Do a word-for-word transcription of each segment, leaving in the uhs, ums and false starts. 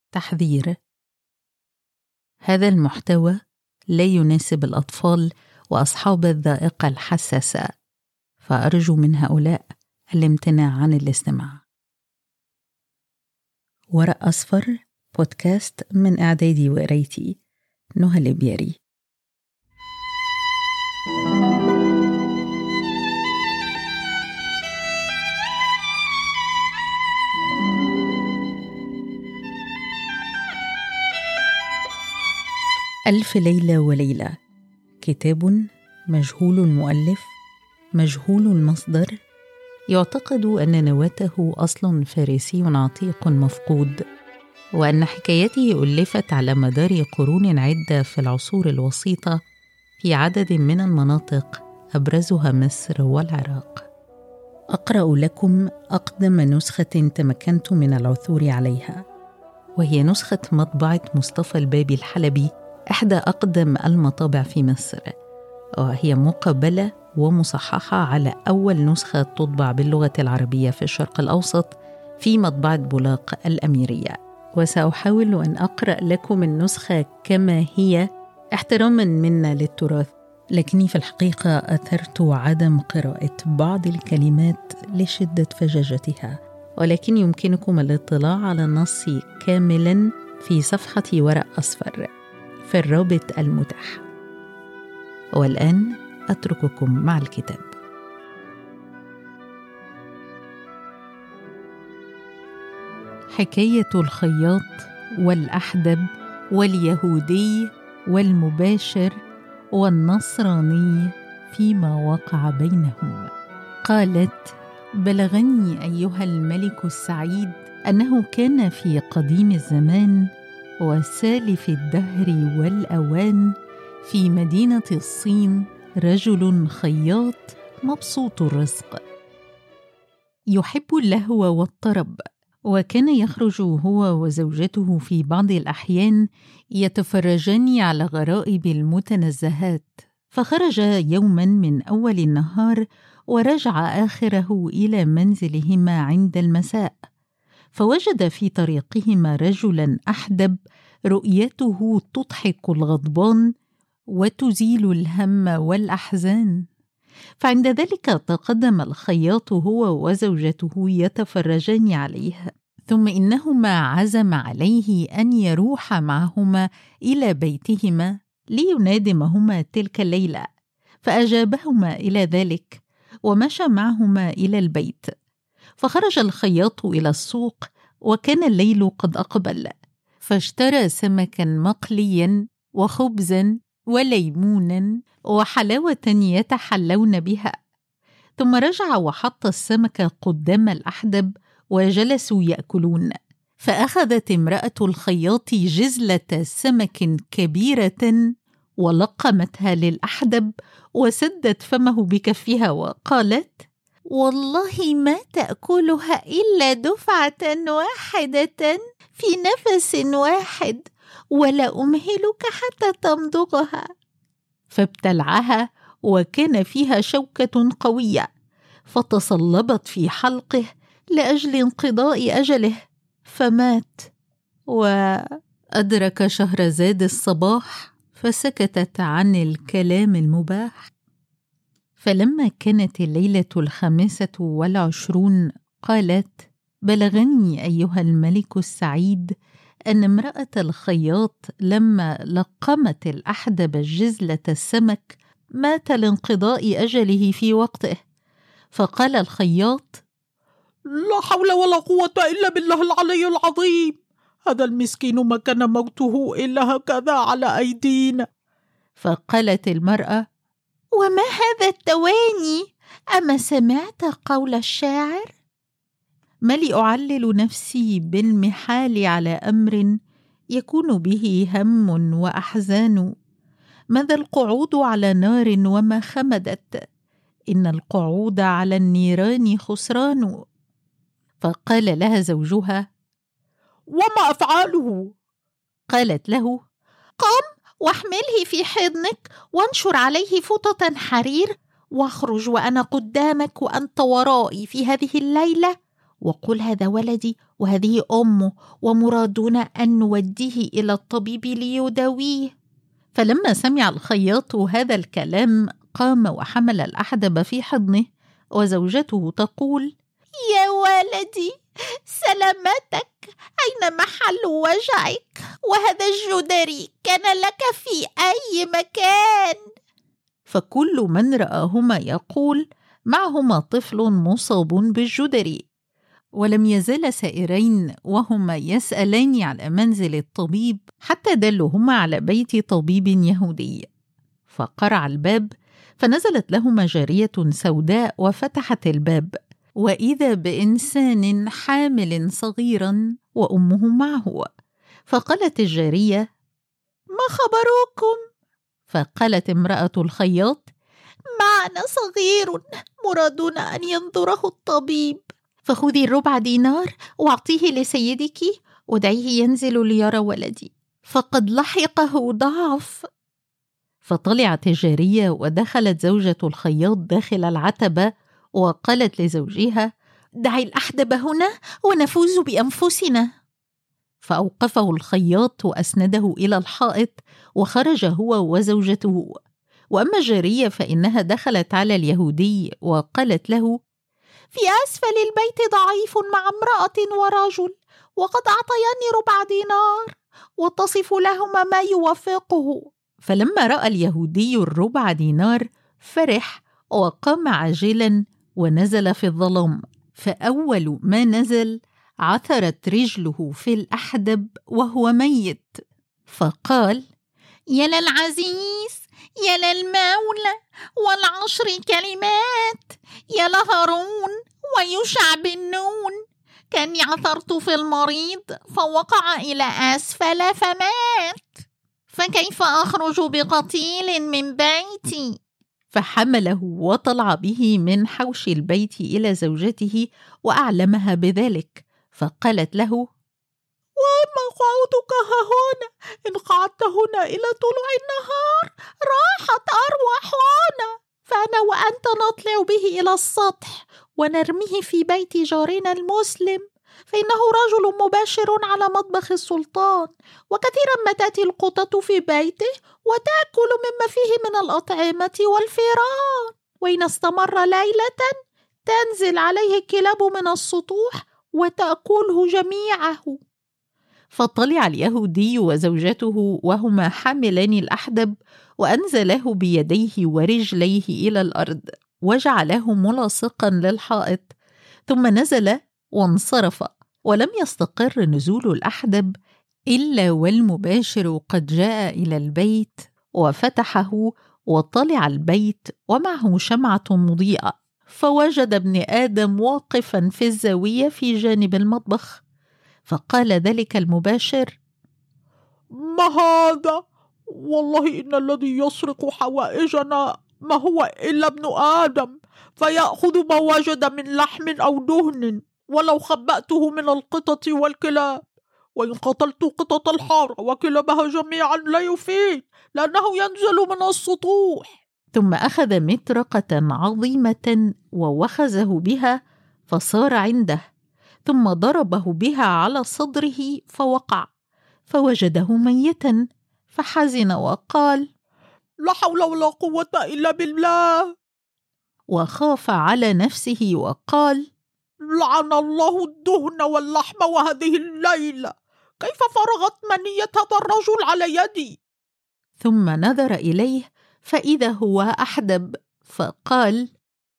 تحذير: هذا المحتوى لا يناسب الأطفال وأصحاب الذائقة الحساسة، فأرجو من هؤلاء الامتناع عن الاستماع. ورق أصفر بودكاست من إعدادي وقرايتي نهى البياري. ألف ليلة وليلة، كتاب مجهول المؤلف مجهول المصدر، يعتقد أن نواته أصل فارسي عتيق مفقود، وأن حكايته ألفت على مدار قرون عدة في العصور الوسيطة في عدد من المناطق أبرزها مصر والعراق. أقرأ لكم أقدم نسخة تمكنت من العثور عليها، وهي نسخة مطبعة مصطفى البابي الحلبي، إحدى أقدم المطابع في مصر، وهي مقبلة ومصححة على أول نسخة تطبع باللغة العربية في الشرق الأوسط في مطبعة بولاق الأميرية. وسأحاول أن أقرأ لكم النسخة كما هي احتراما منا للتراث، لكني في الحقيقة أثرت عدم قراءة بعض الكلمات لشدة فجاجتها، ولكن يمكنكم الاطلاع على النص كاملا في صفحة ورق أصفر في الرابط المتاح. والآن أترككم مع الكتاب. حكاية الخياط والأحدب واليهودي والمباشر والنصراني فيما وقع بينهم. قالت: بلغني أيها الملك السعيد أنه كان في قديم الزمان وسالف الدهر والأوان في مدينة الصين رجل خياط مبسوط الرزق، يحب اللهو والطرب، وكان يخرج هو وزوجته في بعض الأحيان يتفرجان على غرائب المتنزهات. فخرج يوما من أول النهار ورجع آخره إلى منزلهما عند المساء، فوجد في طريقهما رجلا أحدب رؤيته تضحك الغضبان وتزيل الهم والأحزان. فعند ذلك تقدم الخياط هو وزوجته يتفرجان عليه، ثم إنهما عزم عليه أن يروح معهما إلى بيتهما لينادمهما تلك الليلة، فأجابهما إلى ذلك ومشى معهما إلى البيت. فخرج الخياط إلى السوق وكان الليل قد أقبل، فاشترى سمكا مقليا وخبزا وليمونا وحلاوة يتحلون بها، ثم رجع وحط السمك قدام الأحدب وجلسوا يأكلون. فأخذت امرأة الخياط جزلة سمك كبيرة ولقمتها للأحدب وسدت فمه بكفها وقالت: والله ما تأكلها إلا دفعة واحدة في نفس واحد، ولا أمهلك حتى تمضغها. فابتلعها وكان فيها شوكة قوية، فتصلبت في حلقه لأجل انقضاء أجله فمات. وأدرك شهرزاد الصباح فسكتت عن الكلام المباح. فلما كانت الليلة الخامسة والعشرون قالت: بلغني أيها الملك السعيد أن امرأة الخياط لما لقمت الأحدب جزلة السمك مات لانقضاء أجله في وقته. فقال الخياط: لا حول ولا قوة إلا بالله العلي العظيم، هذا المسكين ما كان موته إلا هكذا على أيدينا. فقالت المرأة: وما هذا التواني؟ أما سمعت قول الشاعر؟ ما لي أعلل نفسي بالمحال على أمر يكون به هم وأحزان، ماذا القعود على نار وما خمدت؟ إن القعود على النيران خسران. فقال لها زوجها: وما أفعاله؟ قالت له: قم واحمله في حضنك وانشر عليه فوطة حرير، واخرج وأنا قدامك وأنت ورائي في هذه الليلة، وقل هذا ولدي وهذه أمه، ومرادنا أن نوديه إلى الطبيب ليداويه. فلما سمع الخياط هذا الكلام قام وحمل الأحدب في حضنه، وزوجته تقول: يا ولدي سلامتك، أين محل وجعك؟ وهذا الجدري كان لك في أي مكان؟ فكل من رآهما يقول معهما طفل مصاب بالجدري. ولم يزال سائرين وهما يسألان على منزل الطبيب حتى دلهما على بيت طبيب يهودي. فقرع الباب، فنزلت لهما جارية سوداء وفتحت الباب، وإذا بإنسان حامل صغيرا وأمه معه. فقالت الجارية: ما خبركم؟ فقالت امرأة الخياط: معنا صغير مرادنا أن ينظره الطبيب، فخذي الربع دينار واعطيه لسيدك ودعيه ينزل ليرى ولدي، فقد لحقه ضعف. فطلعت الجارية ودخلت زوجة الخياط داخل العتبة، وقالت لزوجها: دعي الأحدب هنا ونفوز بأنفسنا. فأوقفه الخياط وأسنده إلى الحائط، وخرج هو وزوجته. وأما الجارية فإنها دخلت على اليهودي وقالت له: في أسفل البيت ضعيف مع امرأة ورجل، وقد أعطياني ربع دينار، وتصف لهما ما يوافقه. فلما رأى اليهودي الربع دينار فرح، وقام عاجلا ونزل في الظلام. فأول ما نزل عثرت رجله في الأحدب وهو ميت، فقال: يا للعزيز، يا للمولى، والعشر كلمات، يا لهارون ويشع بالنون، كأني عثرت في المريض فوقع إلى أسفل فمات، فكيف أخرج بقتيل من بيتي؟ فحمله وطلع به من حوش البيت إلى زوجته وأعلمها بذلك، فقالت له: وما قعودك هنا؟ إن قعدت هنا إلى طلوع النهار راحت أرواحنا، فأنا وأنت نطلع به إلى السطح ونرميه في بيت جارنا المسلم، فإنه رجل مباشر على مطبخ السلطان، وكثيرا ما تأتي القطط في بيته وتأكل مما فيه من الأطعمة والفيران، وإن استمر ليلة تنزل عليه الكلاب من السطوح وتأكله جميعه. فطلع اليهودي وزوجته وهما حاملان الأحدب، وأنزله بيديه ورجليه إلى الأرض، وجعله ملاصقا للحائط، ثم نزل وانصرف. ولم يستقر نزول الأحدب إلا والمباشر قد جاء إلى البيت وفتحه، وطلع البيت ومعه شمعة مضيئة، فوجد ابن آدم واقفا في الزاوية في جانب المطبخ. فقال ذلك المباشر: ما هذا؟ والله إن الذي يسرق حوائجنا ما هو إلا ابن آدم، فيأخذ ما وجد من لحم أو دهن، ولو خبأته من القطط والكلاب، وإن قتلت قطط الحارة وكلابها جميعا لا يفيد، لأنه ينزل من السطوح. ثم أخذ مطرقة عظيمة ووخزه بها فصار عنده، ثم ضربه بها على صدره فوقع، فوجده ميتا، فحزن وقال: لا حول ولا قوة إلا بالله. وخاف على نفسه وقال: لعن الله الدهن واللحم وهذه الليلة، كيف فرغت منية هذا الرجل على يدي؟ ثم نظر إليه فإذا هو أحدب، فقال: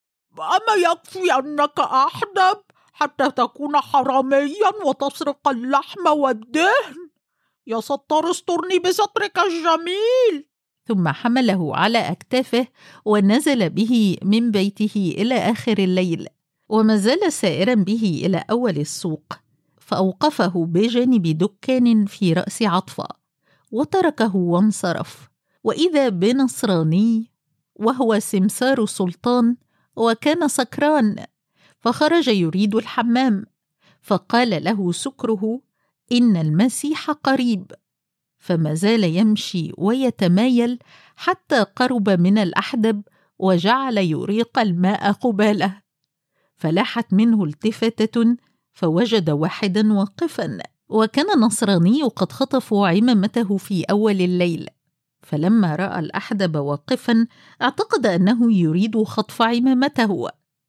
أما يكفي أنك أحدب حتى تكون حراميا وتسرق اللحم والدهن؟ يا ستار استرني بسترك الجميل. ثم حمله على أكتافه ونزل به من بيته إلى آخر الليل، وما زال سائرا به إلى أول السوق، فأوقفه بجانب دكان في رأس عطفة وتركه وانصرف. وإذا بنصراني وهو سمسار سلطان، وكان سكران، فخرج يريد الحمام، فقال له سكره: إن المسيح قريب. فما زال يمشي ويتمايل حتى قرب من الأحدب وجعل يريق الماء قباله، فلاحت منه التفتة فوجد واحدا واقفا، وكان النصراني قد خطفوا عمامته في أول الليل، فلما رأى الأحدب واقفا اعتقد أنه يريد خطف عمامته،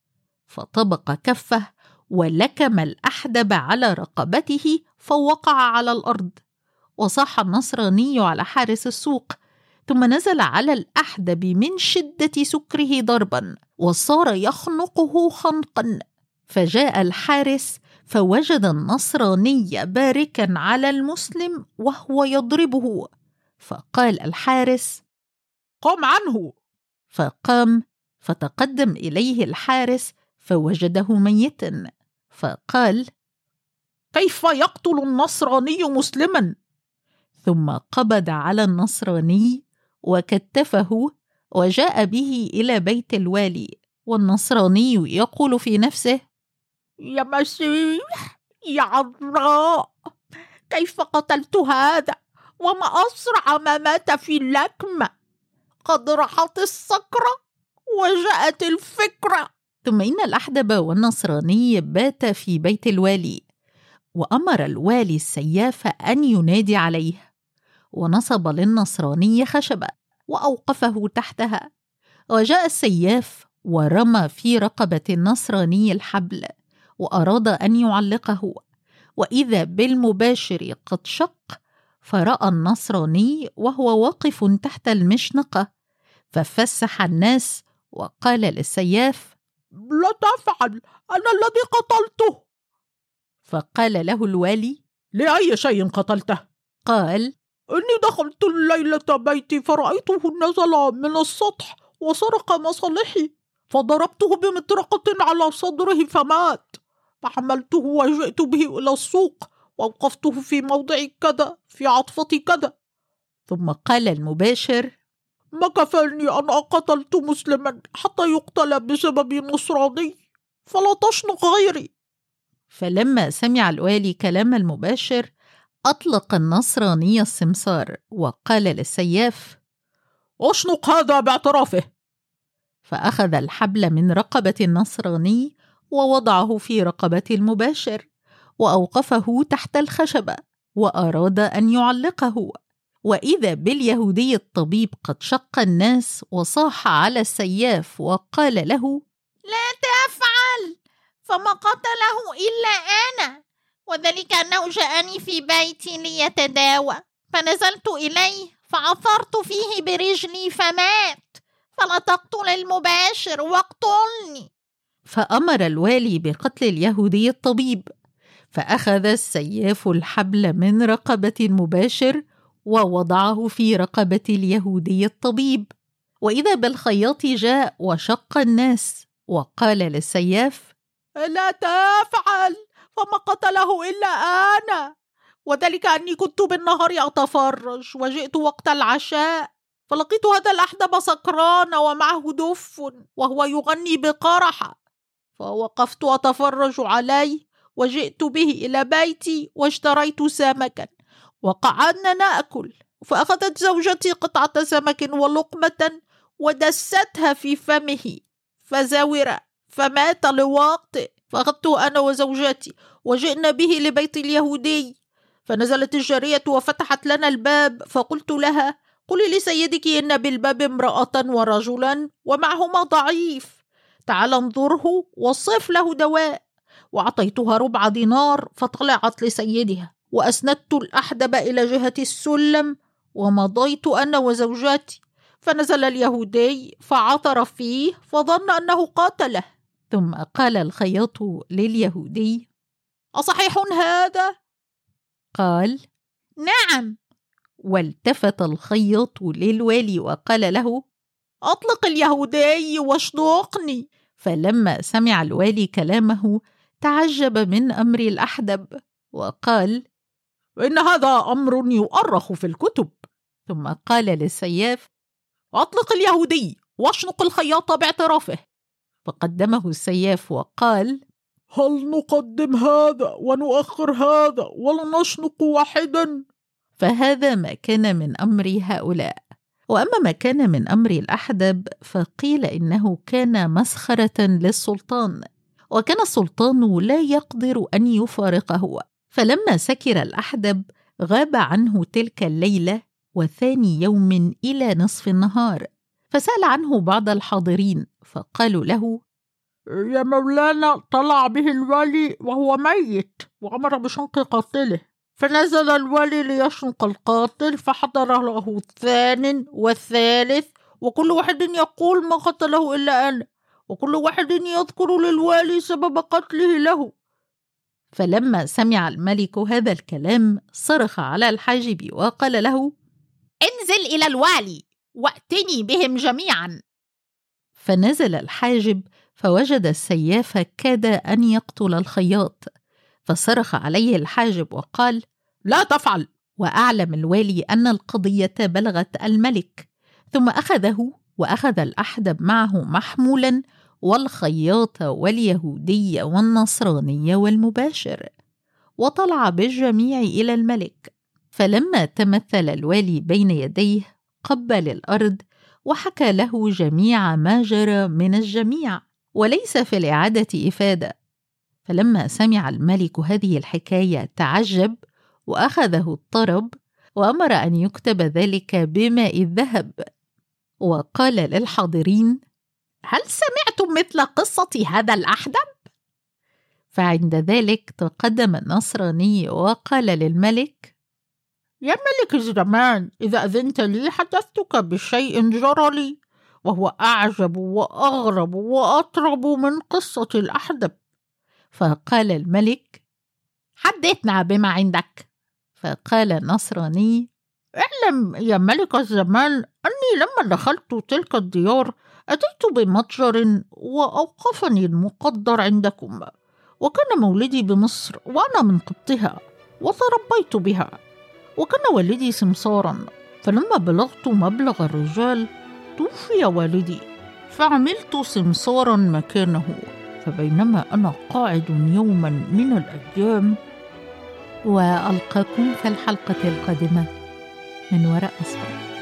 فطبق كفه ولكم الأحدب على رقبته فوقع على الأرض. وصاح النصراني على حارس السوق، ثم نزل على الأحدب من شدة سكره ضربا، وصار يخنقه خنقا. فجاء الحارس فوجد النصراني باركا على المسلم وهو يضربه، فقال الحارس: قم عنه. فقام، فتقدم إليه الحارس فوجده ميتا، فقال: كيف يقتل النصراني مسلما؟ ثم قبض على النصراني وكتفه وجاء به إلى بيت الوالي، والنصراني يقول في نفسه: يا مسيح يا عذراء، كيف قتلت هذا؟ وما أسرع ما مات في اللكمة، قد راحت السكرة وجاءت الفكرة. ثم إن الأحدب والنصراني بات في بيت الوالي، وأمر الوالي السياف أن ينادي عليه، ونصب للنصراني خشبة وأوقفه تحتها، وجاء السياف ورمى في رقبة النصراني الحبل وأراد أن يعلقه، وإذا بالمباشر قد شق، فرأى النصراني وهو واقف تحت المشنقة، ففسح الناس وقال للسياف: لا تفعل، أنا الذي قتلته. فقال له الوالي: لأي شيء قتلته؟ قال: إني دخلت الليلة بيتي فرأيته نزل من السطح وسرق مصالحي، فضربته بمطرقة على صدره فمات، فحملته وجئت به إلى السوق ووقفته في موضع كذا في عطفة كذا. ثم قال المباشر: ما كفاني أن قتلت مسلما حتى يقتل بسبب نصراني، فلا تشنق غيري. فلما سمع الوالي كلام المباشر أطلق النصراني السمسار وقال للسياف: أشنق هذا باعترافه. فأخذ الحبل من رقبة النصراني ووضعه في رقبة المباشر، وأوقفه تحت الخشبة وأراد أن يعلقه، وإذا باليهودي الطبيب قد شق الناس وصاح على السياف وقال له: لا تفعل، فما قتله إلا أنا، وذلك أنه جاءني في بيتي ليتداوى، فنزلت إليه فعثرت فيه برجلي فمات، فلا تقتل المباشر واقتلني. فأمر الوالي بقتل اليهودي الطبيب، فأخذ السياف الحبل من رقبة المباشر ووضعه في رقبة اليهودي الطبيب، وإذا بالخياط جاء وشق الناس وقال للسياف: لا تفعل، فما قتله إلا أنا، وذلك أني كنت بالنهار أتفرج وجئت وقت العشاء فلقيت هذا الأحدب سكران ومعه دف وهو يغني بقرحة، فوقفت أتفرج عليه وجئت به إلى بيتي واشتريت سمكا وقعدنا نأكل، فأخذت زوجتي قطعة سمك ولقمة ودستها في فمه فزور فمات لوقته، فأخذته أنا وزوجتي وجئنا به لبيت اليهودي، فنزلت الجارية وفتحت لنا الباب، فقلت لها: قولي لسيدك إن بالباب امرأة ورجلا ومعهما ضعيف، تعال انظره وصف له دواء. وأعطيتها ربع دينار فطلعت لسيدها، وأسندت الأحدب إلى جهة السلم ومضيت أنا وزوجتي، فنزل اليهودي فعثر فيه فظن أنه قاتله. ثم قال الخياط لليهودي: أصحيح هذا؟ قال: نعم. والتفت الخياط للوالي وقال له: أطلق اليهودي واشنقني. فلما سمع الوالي كلامه تعجب من أمر الأحدب وقال: إن هذا أمر يؤرخ في الكتب. ثم قال للسياف: أطلق اليهودي واشنق الخياط باعترافه. فقدمه السياف وقال: هل نقدم هذا ونؤخر هذا ولا نشنق واحدا؟ فهذا ما كان من أمر هؤلاء. وأما ما كان من أمر الأحدب فقيل إنه كان مسخرة للسلطان، وكان السلطان لا يقدر أن يفارقه. فلما سكر الأحدب غاب عنه تلك الليلة وثاني يوم إلى نصف النهار، فسأل عنه بعض الحاضرين فقالوا له: يا مولانا، طلع به الولي وهو ميت وأمر بشنق قاتله، فنزل الولي ليشنق القاتل، فحضر له الثاني والثالث، وكل واحد يقول ما قتله إلا أنا، وكل واحد يذكر للوالي سبب قتله له. فلما سمع الملك هذا الكلام صرخ على الحاجب وقال له: انزل إلى الوالي وأتني بهم جميعا. فنزل الحاجب فوجد السياف كاد أن يقتل الخياط، فصرخ عليه الحاجب وقال: لا تفعل. وأعلم الوالي أن القضية بلغت الملك، ثم أخذه وأخذ الأحدب معه محمولا، والخياط واليهودي والنصراني والمباشر، وطلع بالجميع إلى الملك. فلما تمثل الوالي بين يديه قبل الأرض وحكى له جميع ما جرى من الجميع، وليس في الإعادة إفادة. فلما سمع الملك هذه الحكاية تعجب وأخذه الطرب، وأمر أن يكتب ذلك بماء الذهب، وقال للحاضرين: هل سمعتم مثل قصة هذا الأحدب؟ فعند ذلك تقدم النصراني وقال للملك: يا ملك الزمان، إذا أذنت لي حدثتك بشيء جرى لي، وهو أعجب وأغرب وأطرب من قصة الأحدب. فقال الملك: حدثنا بما عندك. فقال النصراني: اعلم يا ملك الزمان أني لما دخلت تلك الديار أتيت بمتجر وأوقفني المقدر عندكم، وكان مولدي بمصر وأنا من قبطها وتربيت بها، وكان والدي سمسارا، فلما بلغت مبلغ الرجال توفي والدي، فعملت سمسارا مكانه. فبينما أنا قاعد يوما من الأيام. وألقاكم في الحلقة القادمة من وراء أسفار.